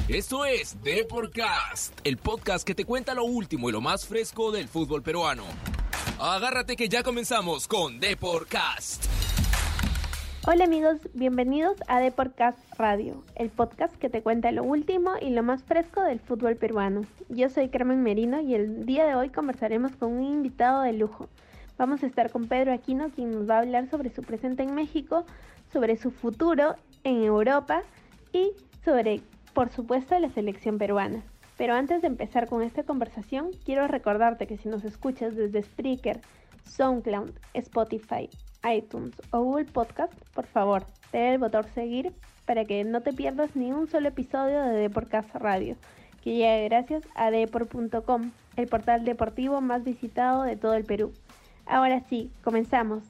Esto es Deporcast, el podcast que te cuenta lo último y lo más fresco del fútbol peruano. Agárrate que ya comenzamos con Deporcast. Hola amigos, bienvenidos a Deporcast Radio, el podcast que te cuenta lo último y lo más fresco del fútbol peruano. Yo soy Carmen Merino y el día de hoy conversaremos con un invitado de lujo. Vamos a estar con Pedro Aquino, quien nos va a hablar sobre su presente en México, sobre su futuro en Europa y sobre, por supuesto, la selección peruana. Pero antes de empezar con esta conversación, quiero recordarte que si nos escuchas desde Spreaker, SoundCloud, Spotify, iTunes o Google Podcast, por favor, dale el botón seguir para que no te pierdas ni un solo episodio de Deporcast Radio, que llega gracias a deport.com, el portal deportivo más visitado de todo el Perú. Ahora sí, comenzamos.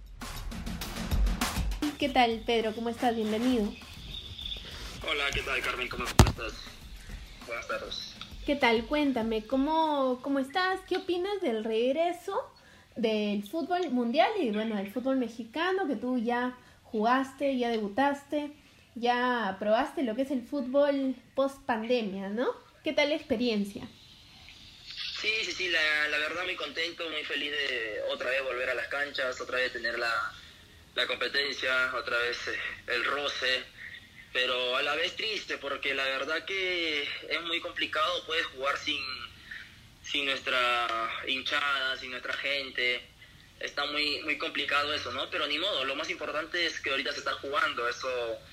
¿Qué tal, Pedro? ¿Cómo estás? Bienvenido. Hola, ¿qué tal, Carmen? ¿Cómo estás? Buenas tardes. ¿Qué tal? Cuéntame, ¿cómo estás? ¿Qué opinas del regreso del fútbol mundial y bueno, del fútbol mexicano, que tú ya jugaste, ya debutaste, ya probaste lo que es el fútbol post pandemia, ¿no? ¿Qué tal la experiencia? Sí, la verdad muy contento, muy feliz de otra vez volver a las canchas, otra vez tener la competencia, otra vez el roce, pero a la vez triste porque la verdad que es muy complicado, puedes jugar sin nuestra hinchada, sin nuestra gente. Está muy complicado eso, ¿no? Pero ni modo, lo más importante es que ahorita se está jugando, eso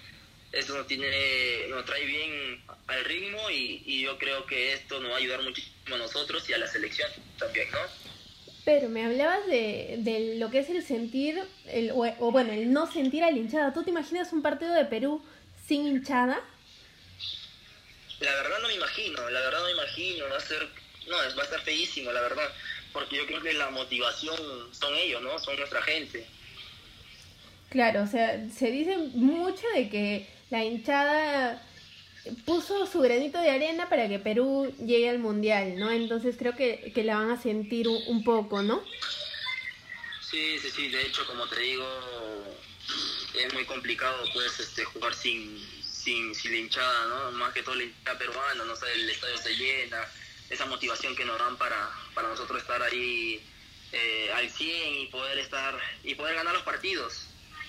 nos trae bien al ritmo y yo creo que esto nos va a ayudar muchísimo a nosotros y a la selección también, ¿no? Pero me hablabas de lo que es el sentir, el no sentir a la hinchada. ¿Tú te imaginas un partido de Perú sin hinchada? La verdad no me imagino, va a estar feísimo, la verdad, porque yo creo que la motivación son ellos, ¿no? Son nuestra gente. Claro, o sea, se dice mucho de que la hinchada puso su granito de arena para que Perú llegue al Mundial, ¿no? Entonces creo que la van a sentir un poco, ¿no? Sí, de hecho, como te digo, es muy complicado pues jugar sin la hinchada, ¿no? Más que todo la hinchada peruana, no sé, el estadio se llena, esa motivación que nos dan para nosotros estar ahí al 100 y poder ganar los partidos.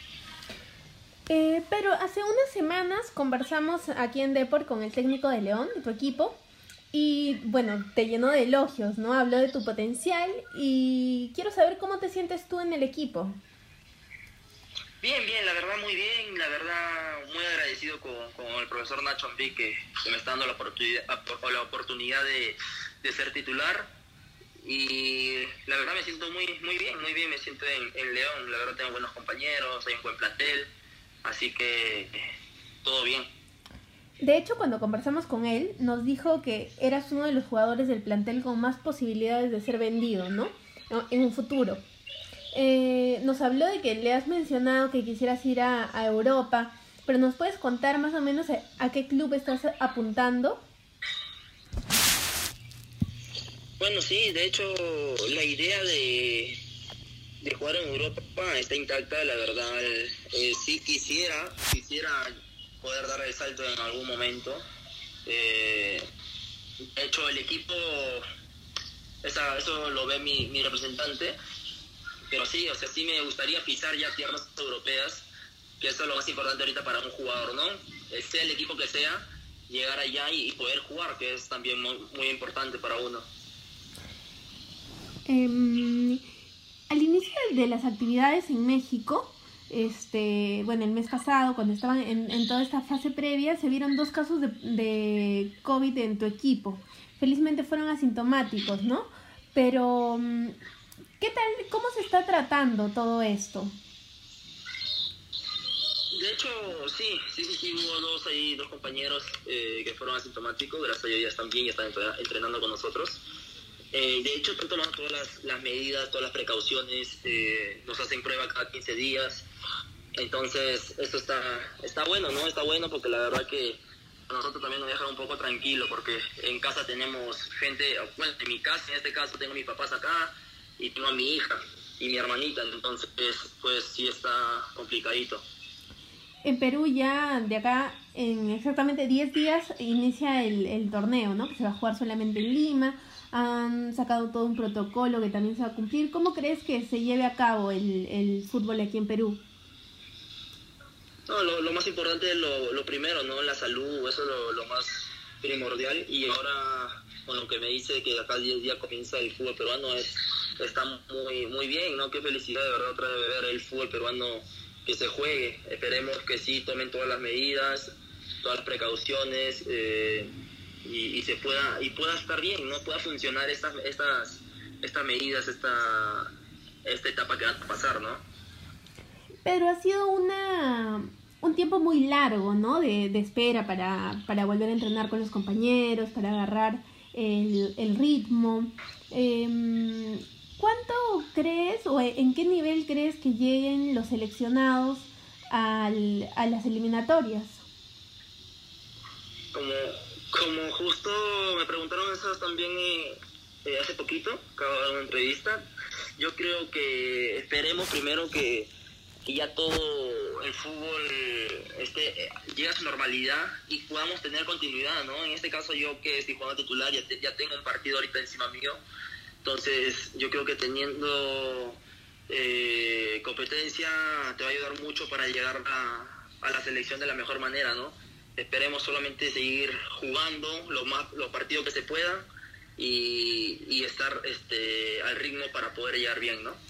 Pero hace unas semanas conversamos aquí en Deport con el técnico de León, de tu equipo, y bueno, te llenó de elogios, ¿no? Habló de tu potencial y quiero saber cómo te sientes tú en el equipo. Bien, la verdad muy bien, la verdad muy agradecido con el profesor Nacho Ambi que me está dando la oportunidad de ser titular y la verdad me siento muy bien, me siento en León, la verdad tengo buenos compañeros, hay un buen plantel, así que todo bien. De hecho, cuando conversamos con él, nos dijo que eras uno de los jugadores del plantel con más posibilidades de ser vendido, ¿no? En un futuro. Nos habló de que le has mencionado que quisieras ir a Europa, pero ¿nos puedes contar más o menos a qué club estás apuntando? Bueno, sí, de hecho la idea de jugar en Europa está intacta, la verdad. Sí quisiera poder dar el salto en algún momento. De hecho el equipo, eso lo ve mi representante. Pero sí, o sea, sí me gustaría pisar ya tierras europeas, que eso es lo más importante ahorita para un jugador, ¿no? Sea el equipo que sea, llegar allá y poder jugar, que es también muy importante para uno. Al inicio de las actividades en México, el mes pasado, cuando estaban en toda esta fase previa, se vieron 2 casos de COVID en tu equipo. Felizmente fueron asintomáticos, ¿no? Pero ¿qué tal? ¿Cómo se está tratando todo esto? De hecho, sí, hubo dos compañeros que fueron asintomáticos, gracias a Dios ya están bien, ya están entrenando con nosotros. De hecho, tomamos todas las medidas, todas las precauciones, nos hacen prueba cada 15 días, entonces eso está bueno, ¿no? Está bueno porque la verdad que a nosotros también nos deja un poco tranquilo porque en casa tenemos gente, bueno, en mi casa, en este caso tengo a mis papás acá, y tengo a mi hija y mi hermanita, entonces pues sí está complicadito. en Perú ya de acá en exactamente 10 días inicia el torneo, ¿no? Que se va a jugar solamente en Lima. Han sacado todo un protocolo que también se va a cumplir. ¿Cómo crees que se lleve a cabo el fútbol aquí en Perú? No, lo más importante es lo primero, ¿no? La salud, eso es lo más primordial. Y ahora, con lo que me dice que acá 10 días comienza el fútbol peruano, está muy bien, ¿no? Qué felicidad, de verdad, otra vez ver el fútbol peruano que se juegue. Esperemos que sí tomen todas las medidas, todas las precauciones, y pueda estar bien, ¿no? Pueda funcionar estas medidas, esta etapa que va a pasar, ¿no? Pero ha sido un tiempo muy largo, ¿no? De espera para volver a entrenar con los compañeros, para agarrar el ritmo. ¿Cuánto crees o en qué nivel crees que lleguen los seleccionados a las eliminatorias? Como justo me preguntaron eso también hace poquito, acabo de dar una entrevista. Yo creo que esperemos primero que ya todo el fútbol llegue a su normalidad y podamos tener continuidad, ¿no? En este caso yo, que estoy jugando titular, ya tengo un partido ahorita encima mío. Entonces yo creo que teniendo competencia te va a ayudar mucho para llegar a la selección de la mejor manera, ¿no? Esperemos solamente seguir jugando los partidos que se puedan y estar al ritmo para poder llegar bien, ¿no?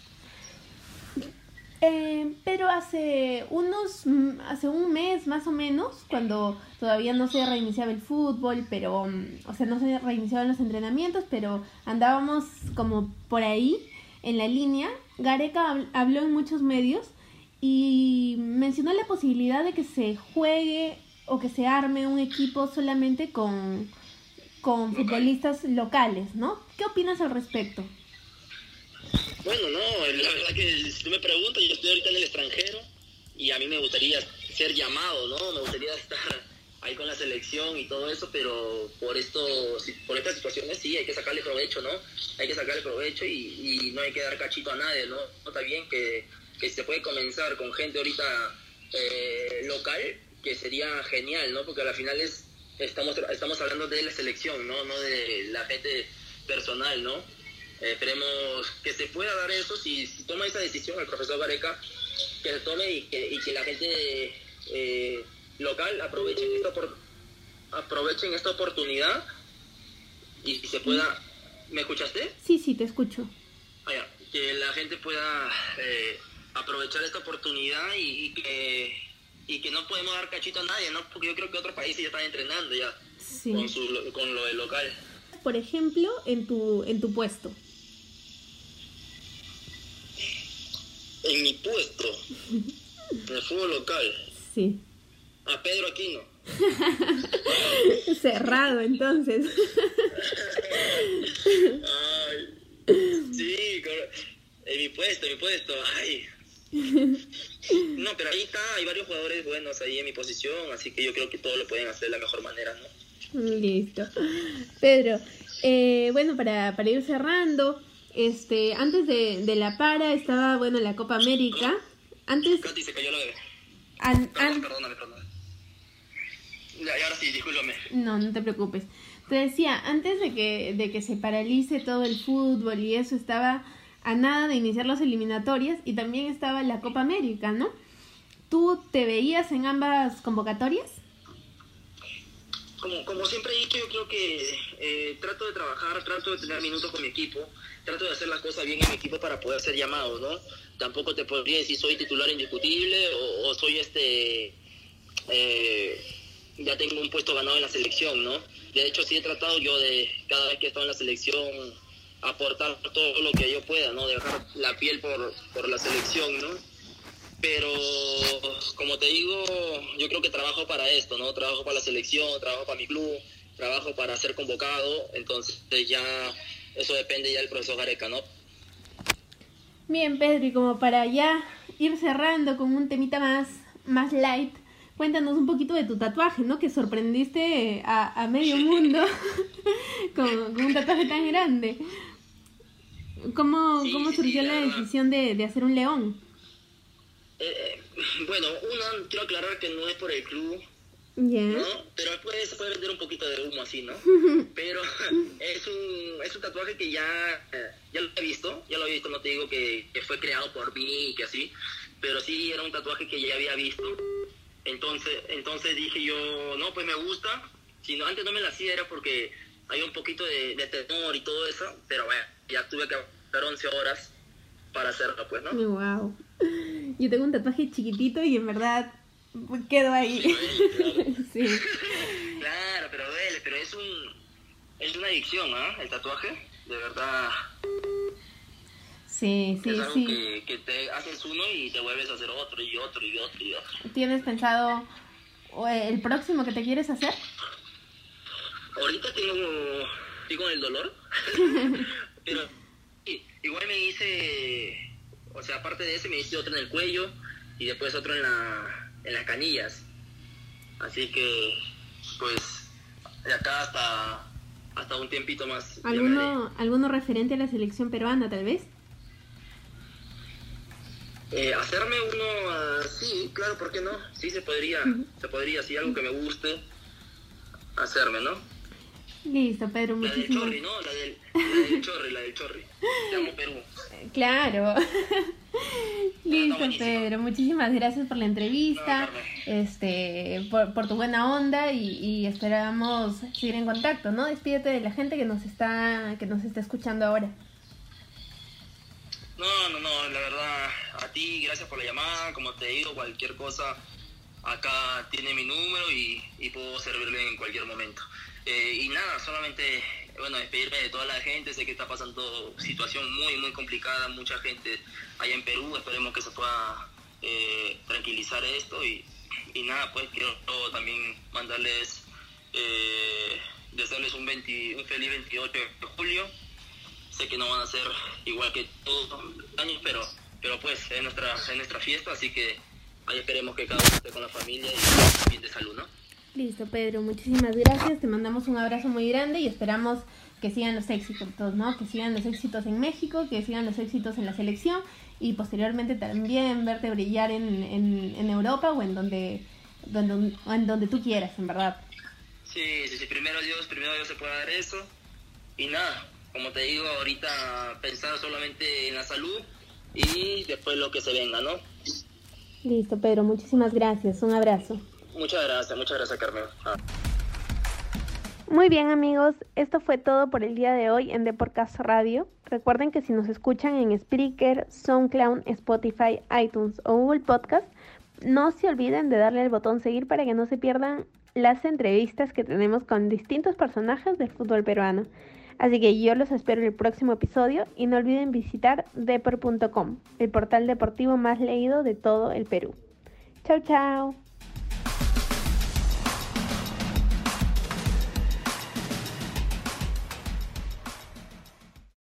Pero hace un mes más o menos, cuando todavía no se reiniciaba el fútbol, pero, o sea, no se reiniciaban los entrenamientos, pero andábamos como por ahí, en la línea, Gareca habló en muchos medios y mencionó la posibilidad de que se juegue o que se arme un equipo solamente con futbolistas locales, ¿no? ¿Qué opinas al respecto? Bueno, no, la verdad que si tú me preguntas, yo estoy ahorita en el extranjero y a mí me gustaría ser llamado, ¿no? Me gustaría estar ahí con la selección y todo eso, pero por estas situaciones sí, hay que sacarle provecho, ¿no? Hay que sacarle provecho y no hay que dar cachito a nadie, ¿no? Está bien que se puede comenzar con gente ahorita local, que sería genial, ¿no? Porque al final estamos hablando de la selección, ¿no? No de la gente personal, ¿no? Esperemos que se pueda dar eso, si toma esa decisión el profesor Gareca, que se tome y que la gente local aprovechen esta oportunidad y se pueda... ¿Me escuchaste? Sí, te escucho. Que la gente pueda aprovechar esta oportunidad y que no podemos dar cachito a nadie, ¿no? Porque yo creo que otros países ya están entrenando ya, sí, con lo del local. Por ejemplo, en tu puesto. En mi puesto, en el fútbol local. Sí. A Pedro Aquino. Cerrado, entonces. Ay, sí, en mi puesto. Ay. No, pero ahí hay varios jugadores buenos ahí en mi posición, así que yo creo que todos lo pueden hacer de la mejor manera, ¿no? Listo. Pedro, bueno, para ir cerrando, antes de la para estaba, bueno, la Copa América. Antes... Katy, se cayó la bebé. Perdóname. Y ahora sí, discúlpame. No te preocupes. Te decía, antes de que se paralice todo el fútbol y eso, estaba a nada de iniciar las eliminatorias y también estaba la Copa América, ¿no? ¿Tú te veías en ambas convocatorias? Como siempre he dicho, yo creo que trato de trabajar, trato de tener minutos con mi equipo, trato de hacer las cosas bien en mi equipo para poder ser llamado, ¿no? Tampoco te podría decir soy titular indiscutible o soy ya tengo un puesto ganado en la selección, ¿no? De hecho, sí he tratado yo de, cada vez que he estado en la selección, aportar todo lo que yo pueda, ¿no? Dejar la piel por la selección, ¿no? Pero, como te digo, yo creo que trabajo para esto, ¿no? Trabajo para la selección, trabajo para mi club, trabajo para ser convocado, entonces ya eso depende ya del profesor Gareca, ¿no? Bien, Pedro, y como para ya ir cerrando con un temita más light, cuéntanos un poquito de tu tatuaje, ¿no? Que sorprendiste a medio mundo con un tatuaje tan grande. ¿Cómo surgió la decisión de hacer un león? Bueno, uno, quiero aclarar que no es por el club, Ya. ¿no? Pero después se puede vender un poquito de humo así, ¿no? Pero es un tatuaje que ya lo he visto, no te digo que fue creado por mí y que así, pero sí era un tatuaje que ya había visto. Entonces dije yo, no, pues me gusta. Si no, antes no me la hacía era porque hay un poquito de temor y todo eso, pero bueno, ya tuve que esperar 11 horas para hacerlo, pues, ¿no? Wow. Yo tengo un tatuaje chiquitito y en verdad quedo ahí. Sí, claro. Sí. Claro, pero duele, pero es una adicción, ¿ah? El tatuaje, de verdad. Sí, Es algo sí. que te haces uno y te vuelves a hacer otro y otro y otro y otro. ¿Tienes pensado el próximo que te quieres hacer? Ahorita estoy con el dolor, pero sí, igual me hice, o sea, aparte de ese me hice otro en el cuello y después otro en las canillas. Así que, pues, de acá hasta un tiempito más. Ya me haré. ¿Alguno referente a la selección peruana, tal vez? Hacerme uno, sí, claro, ¿por qué no? Sí, se podría, sí, algo que me guste, hacerme, ¿no? Listo, Pedro, La del muchísimas Chorri, ¿no? La del Chorri. Te amo, Perú. Claro. Listo, buenísimo. Pedro, muchísimas gracias por la entrevista, por tu buena onda y esperamos seguir en contacto, ¿no? Despídete de la gente que nos está escuchando ahora. No, la verdad, a ti, gracias por la llamada, como te digo, cualquier cosa, acá tiene mi número y puedo servirle en cualquier momento. Y nada, solamente, bueno, despedirme de toda la gente, sé que está pasando situación muy, muy complicada, mucha gente allá en Perú, esperemos que se pueda tranquilizar esto y nada, pues quiero también mandarles, desearles un feliz 28 de julio. Sé que no van a ser igual que todos los años, pero pues es nuestra fiesta, así que ahí esperemos que cada uno esté con la familia y bien de salud, ¿no? Listo, Pedro, muchísimas gracias, te mandamos un abrazo muy grande y esperamos que sigan los éxitos, ¿no? Que sigan los éxitos en México, que sigan los éxitos en la selección y posteriormente también verte brillar en Europa o en donde tú quieras, en verdad. Sí, primero Dios se puede dar eso y nada. Como te digo, ahorita pensar solamente en la salud y después lo que se venga, ¿no? Listo, Pedro, muchísimas gracias. Un abrazo. Muchas gracias, Carmen. Muy bien, amigos, esto fue todo por el día de hoy en Deporcast Radio. Recuerden que si nos escuchan en Spreaker, SoundCloud, Spotify, iTunes o Google Podcast, no se olviden de darle al botón seguir para que no se pierdan las entrevistas que tenemos con distintos personajes del fútbol peruano. Así que yo los espero en el próximo episodio y no olviden visitar depor.com, el portal deportivo más leído de todo el Perú. Chao, chao.